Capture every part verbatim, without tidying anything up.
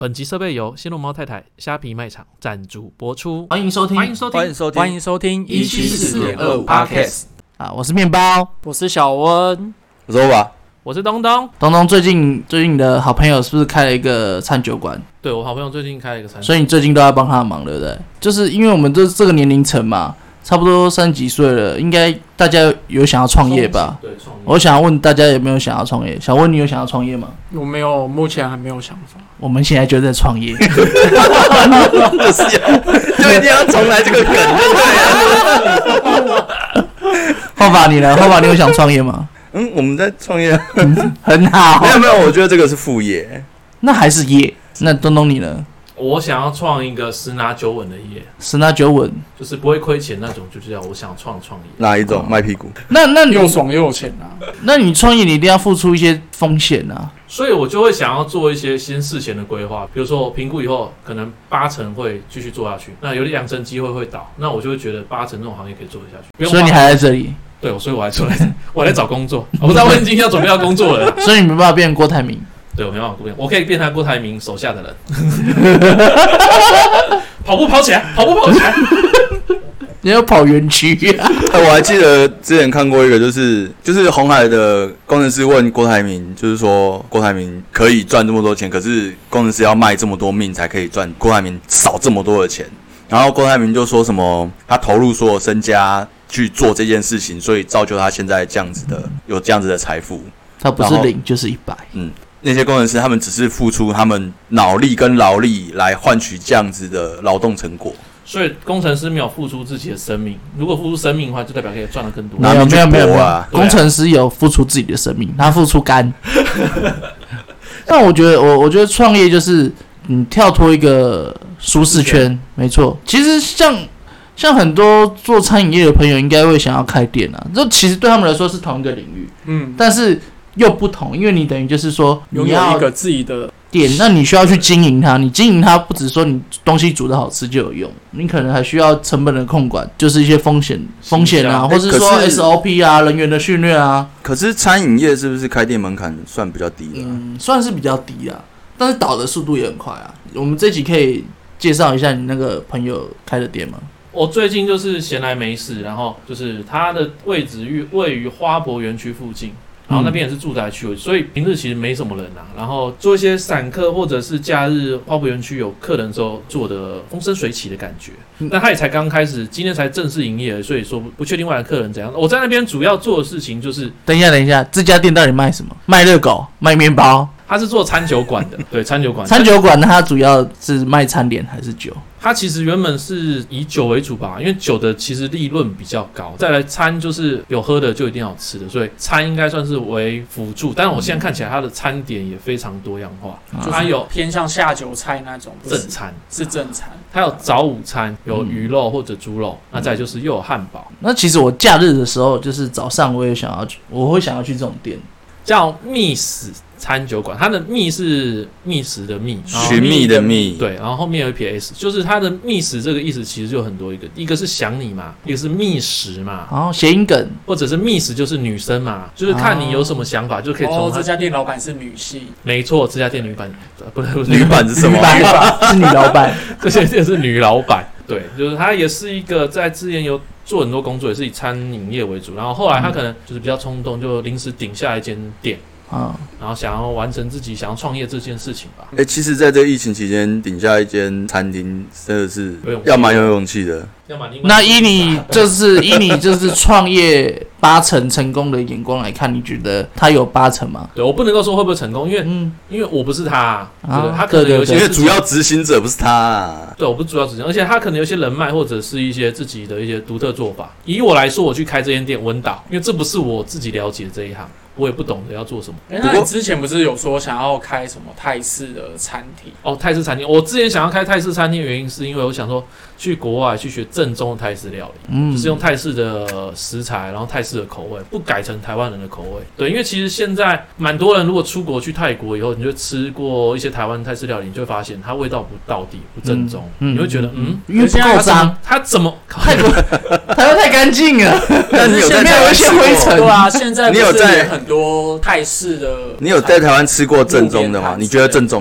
本集设备由新龙猫太太虾皮卖场赞助播出， 欢迎收听， 欢迎收听， 欢迎收听， 欢迎收听一七四四点二五 Podcast 啊！我是面包， 我是小温， 我是欧巴， 我是东东。 东东最近最近你的好朋友是不是开了一个餐酒馆？ 对，我好朋友最近开了一个餐酒馆， 所以你最近都在帮他忙，对不对？就是因为我们都这个年龄层嘛，差不多三十几岁了，应该大家有想要创业吧？ 对，创业。 我想要问大家有没有想要创业？小温，你有想要创业吗？ 我没有，目前还没有想法。 我们现在就在创业， 不是啊，就一定要重来这个梗，对了。 后把你呢？后把你有想创业吗？ 嗯，我们在创业， 嗯、很好。 没有没有，我觉得这个是副业， 那还是业。那东东你呢？ 我想要创一个十拿九稳的业， 十拿九稳， 就是不会亏钱那种，就叫我想创创业。 哪一种？卖屁股？ 那那你又爽又有钱啊！ 那你创业你一定要付出一些风险啊。 所以我就会想要做一些先事前的规划，比如说我评估以后可能八成会继续做下去，那有两成机会会倒，那我就会觉得八成这种行业可以做得下去。不用， 所以你还在这里？ 对，所以我还出来，我还在找工作。我不知道我已经要准备要工作了， 所以你没办法变郭台铭。 对，我没办法变，我可以变成郭台铭手下的人。跑步跑起来，跑步跑起来。 你要跑园区啊！ 我还记得之前看过一个，就是就是鸿海的工程师问郭台铭，就是说郭台铭可以赚这么多钱，可是工程师要卖这么多命才可以赚郭台铭少这么多的钱。然后郭台铭就说什么，他投入所有身家去做这件事情，所以造就他现在这样子的有这样子的财富。 他不是零就是一百。 嗯。那些工程师他们只是付出他们脑力跟劳力来换取这样子的劳动成果， 所以工程师没有付出自己的生命，如果付出生命的话，就代表可以赚得更多。 没有没有没有没有， 啊、 工程师有付出自己的生命，他付出肝。但我觉得我我觉得创业就是你跳脱一个舒适圈，没错。其实像像很多做餐饮业的朋友，应该会想要开店啊，这其实对他们来说是同一个领域，嗯，但是又不同，因为你等于就是说拥有一个自己的店，那你需要去经营它。你经营它不只说你东西煮得好吃就有用，你可能还需要成本的控管，就是一些风险风险啊，或是说 S O P 啊、人员的训练啊。 可是餐饮业是不是开店门槛算比较低的、啊？ 嗯，算是比较低啊，但是倒的速度也很快啊。我们这集可以介绍一下你那个朋友开的店吗？ 我最近就是闲来没事，然后就是他的位置位于花博园区附近。然后那边也是住宅区，所以平日其实没什么人啊。然后做一些散客或者是假日花博园区有客人的时候，做的风生水起的感觉。那他也才刚开始，今天才正式营业，所以说不确定未来客人怎样。我在那边主要做的事情就是， 等一下，等一下，这家店到底卖什么？卖热狗，卖面包？ 他是做餐酒馆的，对，餐酒馆。 餐酒馆它主要是卖餐点还是酒？ 它其实原本是以酒为主吧，因为酒的其实利润比较高。再来餐就是有喝的就一定要有吃的，所以餐应该算是为辅助。但是我现在看起来它的餐点也非常多样化， 嗯、它有偏向下酒菜那种正餐， 是正餐。 它有早午餐，有鱼肉或者猪肉，嗯、那再来就是又有汉堡。 那其实我假日的时候，就是早上我也想要去，我会想要去这种店， 叫密室餐酒馆，它的密是觅食的觅， 寻觅的觅， 对，然后后面有一撇 s， 就是它的觅食这个意思其实就有很多一个，一个是想你嘛，一个是觅食嘛， 哦，谐音梗， 或者是觅食就是女生嘛，就是看你有什么想法、哦、就可以从。 哦，这家店老板是女性， 没错，这家店女版不是不是女版是什么？ 女版是女老板， 这家店是女老板，对，就是她也是一个在之前有做很多工作，也是以餐饮业为主，然后后来她可能就是比较冲动，就临时顶下一间店。嗯，然后想要完成自己想要创业这件事情吧。 哎、欸，其实，在这个疫情期间，顶下一间餐厅真的是要蛮有勇气的。 那以你就是以你就是创业八成成功的眼光来看，你觉得他有八成吗？ 对，我不能够说会不会成功，因为、嗯、因为我不是他、啊， 啊对他可能有一些， 因为主要执行者不是他、啊。 对，我不是主要执行，而且他可能有一些人脉或者是一些自己的一些独特做法。以我来说，我去开这间店温岛，因为这不是我自己了解的这一行。我也不懂得要做什么。 哎、欸，那你之前不是有说想要开什么泰式的餐厅？ 哦，泰式餐厅，我之前想要开泰式餐厅的原因是因为我想说去国外去学正宗的泰式料理，嗯，就是用泰式的食材，然后泰式的口味，不改成台湾人的口味。对，因为其实现在蛮多人如果出国去泰国以后，你就吃过一些台湾泰式料理，你就会发现它味道不到底，不正宗，嗯嗯、你会觉得嗯， 因为不够脏， 它怎么泰国台湾太干净了？ 但你有在没有一些灰尘， 对啊，现在你有在很多泰式的， 你有在台湾吃过正宗的吗？你觉得正宗的？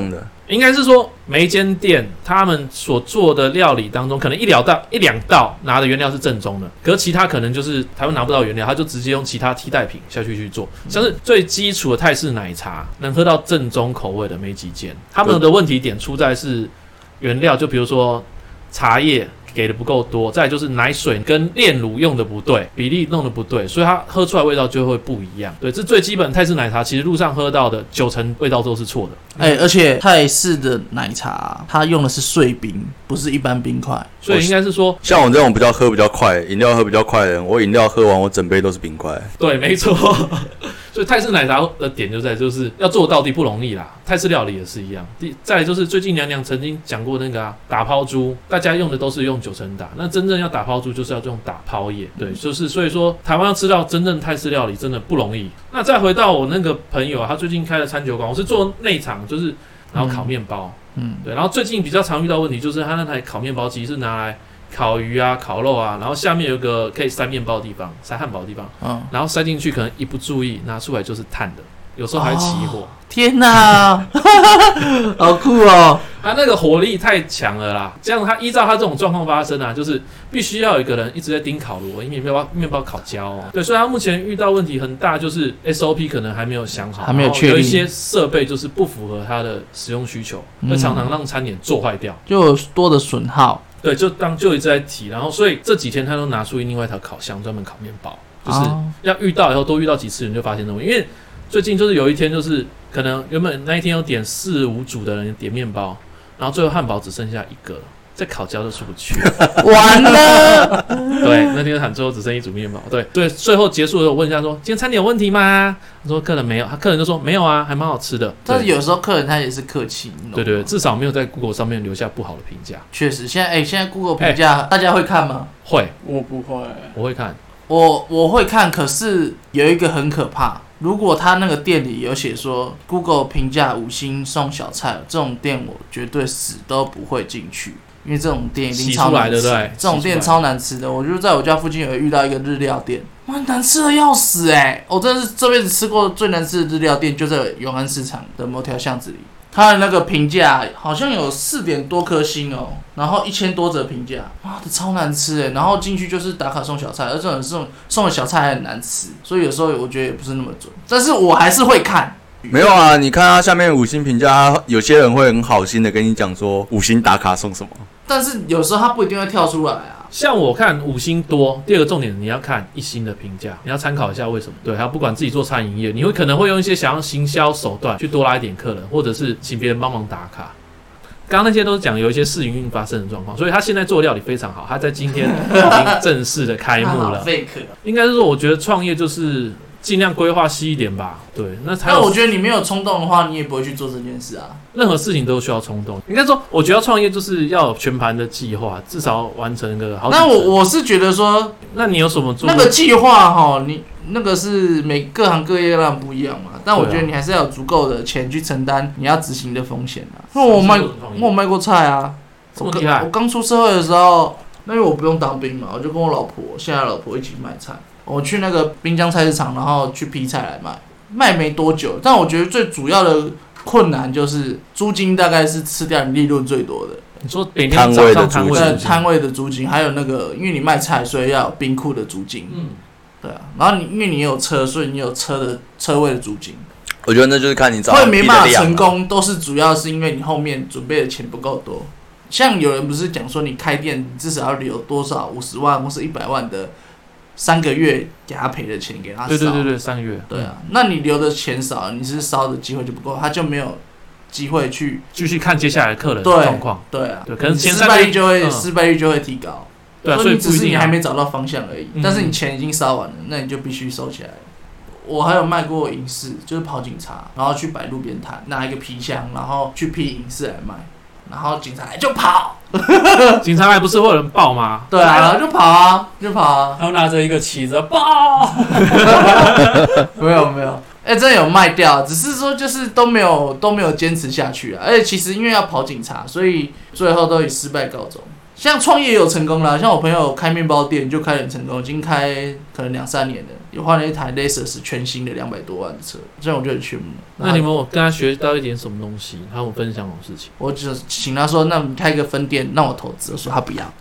应该是说每一间店他们所做的料理当中，可能一两道一两道拿的原料是正宗的，可是其他可能就是台湾拿不到原料，他就直接用其他替代品下去去做。像是最基础的泰式奶茶，能喝到正宗口味的没几间，他们的问题点出在是原料，就比如说茶叶给的不够多，再来就是奶水跟炼乳用的不对，比例弄的不对，所以它喝出来味道就会不一样。对，这最基本泰式奶茶，其实路上喝到的九成味道都是错的。 哎、欸，而且泰式的奶茶它用的是碎冰，不是一般冰块， 所以应该是说， 像我这种比较喝比较快，饮料喝比较快的人，我饮料喝完我整杯都是冰块。 对，没错。所以泰式奶茶的点就在就是要做到底不容易啦，泰式料理也是一样。再来就是最近娘娘曾经讲过那个、啊、打抛猪，大家用的都是用九层打，那真正要打抛猪就是要用打抛叶。对，就是所以说台湾要吃到真正泰式料理真的不容易。那再回到我那个朋友、啊，他最近开了餐酒馆，我是做内场，就是然后烤面包，嗯，对，然后最近比较常遇到问题就是他那台烤面包机是拿来烤鱼啊、烤肉啊，然后下面有个可以塞面包的地方，塞汉堡的地方，嗯，然后塞进去可能一不注意拿出来就是碳的，有时候还起火。哦、 天哪，好酷哦！ 他那个火力太强了啦，这样他依照他这种状况发生啊，就是必须要有一个人一直在盯烤炉，因为面包面包烤焦、哦。对，所以他目前遇到问题很大，就是 S O P 可能还没有想好， 还没有确定， 有一些设备就是不符合他的使用需求，会、嗯、常常让餐点做坏掉， 就有多的损耗。 对，就当就一直在提，然后所以这几天他都拿出另外一条烤箱专门烤面包，就是要遇到以后多遇到几次，你就发现这种，因为最近就是有一天就是可能原本那一天有点四五组的人点面包，然后最后汉堡只剩下一个，再烤焦就出不去了， 完了。 对，那天喊最后只剩一组面包，对对，最后结束的时候我问一下说今天餐点有问题吗？他说客人没有，他客人就说没有啊，还蛮好吃的。 但是有时候客人他也是客气， 对对，至少没有在 Google 上面留下不好的评价。 确实，现在哎、欸，现在 Google 评价、欸、大家会看吗？ 会， 我不会， 我会看， 我我会看，可是有一个很可怕，如果他那个店里有写说 Google 评价五星送小菜，这种店我绝对死都不会进去。因为这种店一定超难吃， 对这种店超难吃的。我就在我家附近有遇到一个日料店，哇，难吃的要死哎、欸！我真的是这辈子吃过最难吃的日料店，就在永安市场的某条巷子里。它的那个评价好像有四点多颗星哦，然后一千多则评价，妈的超难吃哎！然后进去就是打卡送小菜，而这种送送的小菜还很难吃，所以有时候我觉得也不是那么准，但是我还是会看。 没有啊，你看他下面五星评价，有些人会很好心的跟你讲说五星打卡送什么， 但是有时候他不一定会跳出来啊。 像我看五星多，第二个重点你要看一星的评价，你要参考一下为什么。对，还不管自己做餐饮业，你会可能会用一些想要行销手段去多拉一点客人，或者是请别人帮忙打卡。刚刚那些都是讲有一些试营运发生的状况，所以他现在做料理非常好，他在今天已经正式的开幕了。应该是说，我觉得创业就是尽量规划细一点吧，对，那才有。 那我觉得你没有冲动的话，你也不会去做这件事啊。 任何事情都需要冲动。应该说，我觉得创业就是要有全盘的计划，至少完成个好几。 那我我是觉得说， 那你有什么做？ 那个计划哈，你那个是每各行各业当然不一样嘛。但我觉得你还是要有足够的钱去承担你要执行的风险啊。因为我卖，因为我卖过菜啊。 这么厉害！ 我刚出社会的时候，那因为我不用当兵嘛，我就跟我老婆，现在老婆一起卖菜。我去那个滨江菜市场，然后去批菜来卖，卖没多久。但我觉得最主要的困难就是租金，大概是吃掉你利润最多的。 你说每天早上摊位的摊位的租金，还有那个，因为你卖菜，所以要有冰库的租金。嗯，对啊。然后你因为你有车，所以你有车的车位的租金。 我觉得那就是看你找会没办法成功，都是主要是因为你后面准备的钱不够多。像有人不是讲说，你开店至少要留多少五十万或是一百万的。三个月给他赔的钱给他烧， 对对对对，三个月， 对啊，那你留的钱少，你是烧的机会就不够，他就没有机会去继续看接下来客人的状况， 对啊， 对，可能失败率就会、嗯、失败率就会提高， 对啊， 所以你只是你还没找到方向而已，嗯、但是你钱已经烧完了，那你就必须收起来了。我还有卖过银饰，就是跑警察，然后去摆路边摊，拿一个皮箱，然后去批银饰来卖。然后警察来就跑， 警察来不是会有人报吗？ 对啊，然后就跑啊，就跑啊， 然后拿着一个旗子报， 没有没有，哎、欸，真的有卖掉，只是说就是都没有都没有坚持下去啊。而且其实因为要跑警察，所以最后都以失败告终。像创业也有成功啦，像我朋友开面包店就开得很成功，已经开可能两三年了。 有换了一台 Lexus 全新的两百多万的车，这样我就很羡慕。 那你们有跟他学到一点什么东西？他有分享什么事情？ 我只请他说，那你开一个分店让我投资，我说他不要。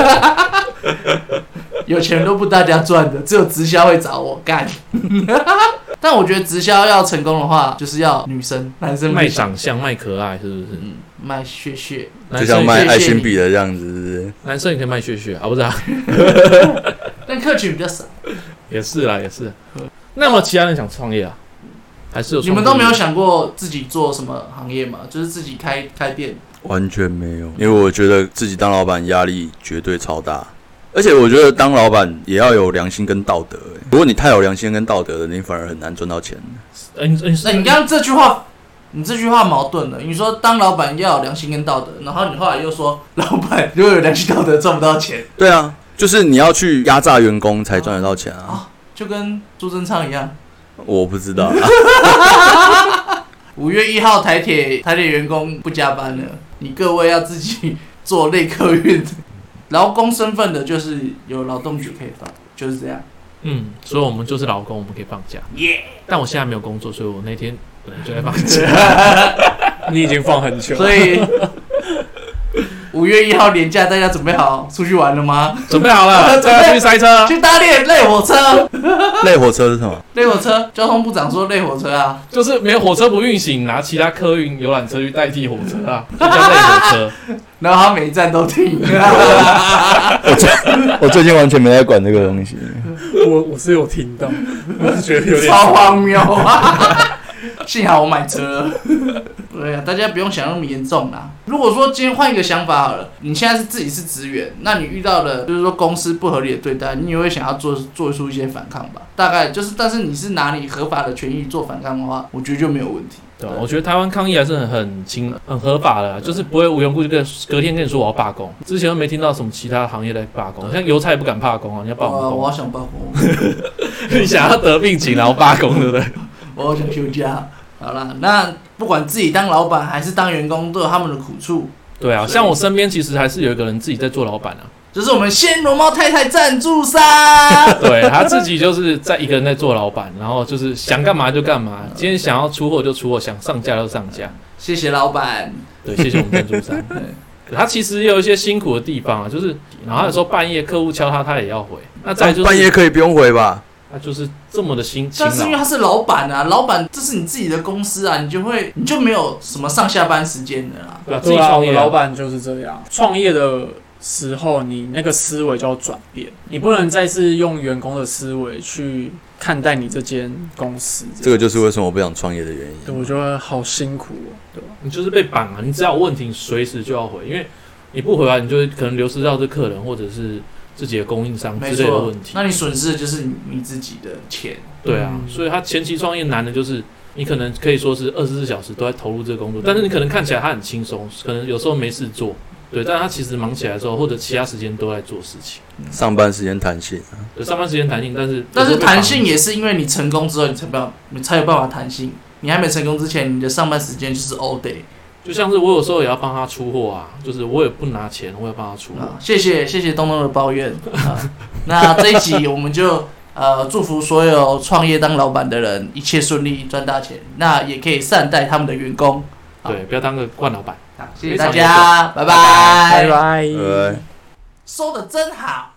有钱都不大家赚的，只有直销会找我干。但我觉得直销要成功的话，就是要女生，男生卖长相、卖可爱，是不是？ 嗯，卖血血， 就像卖爱心笔的这样子，是不是？ 男生也可以卖血血啊，不是啊？ 但客群比较少。 也是啦，也是。那么其他人想创业啊？还是有？ 你们都没有想过自己做什么行业吗？就是自己开开店？ 完全没有，因为我觉得自己当老板压力绝对超大。而且我觉得当老板也要有良心跟道德，如果你太有良心跟道德了，你反而很难赚到钱。 欸你欸、 那你刚刚这句话，你这句话矛盾了。你说当老板要有良心跟道德，然后你后来又说老板如果有良心道德赚不到钱。 对啊，就是你要去压榨员工才赚得到钱啊， 哦、就跟朱贞昌一样。 我不知道、啊。 五月一号台铁台铁员工不加班了，你各位要自己做类客运。劳工身份的，就是有劳动局可以放，就是这样。 嗯，所以我们就是劳工，我们可以放假。 耶！ 但我现在没有工作，所以我那天本来就在放假。 你已经放很久， 所以五月一号连假，大家准备好出去玩了吗？ 准备好了，大家去塞车， 去搭列类火车。 类火车是什么？ 类火车，交通部长说类火车啊， 就是没有火车不运行，拿其他客运游览车去代替火车啊，就叫类火车。 然后他每一站都停。 我最我最近完全没在管这个东西。 我我是有听到，我是觉得有点超荒谬啊！幸好我买车了。对啊，大家不用想那么严重啦。如果说今天换一个想法好了，你现在是自己是职员，那你遇到了就是说公司不合理的对待，你也会想要做做出一些反抗吧？大概就是，但是你是拿你合法的权益做反抗的话，我觉得就没有问题。 对，我觉得台湾抗议还是很很轻、很合法的，就是不会无缘无故就跟隔天跟你说我要罢工。之前都没听到什么其他行业在罢工，像邮差也不敢罢工啊，你要罢工。 我好想罢工。 你想要得病情然后罢工，对不对？ 我好想休假。好啦，那不管自己当老板还是当员工，都有他们的苦处。 对啊，像我身边其实还是有一个人自己在做老板啊。 这是我们暹罗猫太太赞助商。 对，他自己就是在一个人在做老板，然后就是想干嘛就干嘛，今天想要出货就出货，想上架就上架。 谢谢老板。 对，谢谢我们赞助商。他其实也有一些辛苦的地方啊，就是然后有时候半夜客户敲他，他也要回。那再来就是半夜可以不用回吧？ 他就是这么的辛勤劳。 但是因为他是老板啊，老板这是你自己的公司啊，你就会你就没有什么上下班时间的啦。 对啊，自己创业、 啊，老板就是这样。创业的时候，你那个思维就要转变，你不能再是用员工的思维去看待你这间公司。 这个就是为什么我不想创业的原因。 对，我觉得好辛苦哦，对吧？ 你就是被绑啊，你只要有问题随时就要回，因为你不回来，你就会可能流失到这客人或者是自己的供应商之类的问题。 那你损失的就是你自己的钱。 对啊，嗯、所以他前期创业难的就是你可能可以说是二十四小时都在投入这个工作，但是你可能看起来他很轻松，可能有时候没事做。对，但他其实忙起来之后，或者其他时间都在做事情。 上班时间弹性， 对，上班时间弹性，但是但是弹性也是因为你成功之后，你才办你才有办法弹性。你还没成功之前，你的上班时间就是 all day。 就像是我有时候也要帮他出货啊，就是我也不拿钱，我也帮他出货。 啊、谢谢谢谢东东的抱怨。啊、那这一集我们就呃祝福所有创业当老板的人一切顺利，赚大钱。那也可以善待他们的员工。 对，不要当个惯老板。 谢谢大家，拜拜， 拜拜， 收的真好。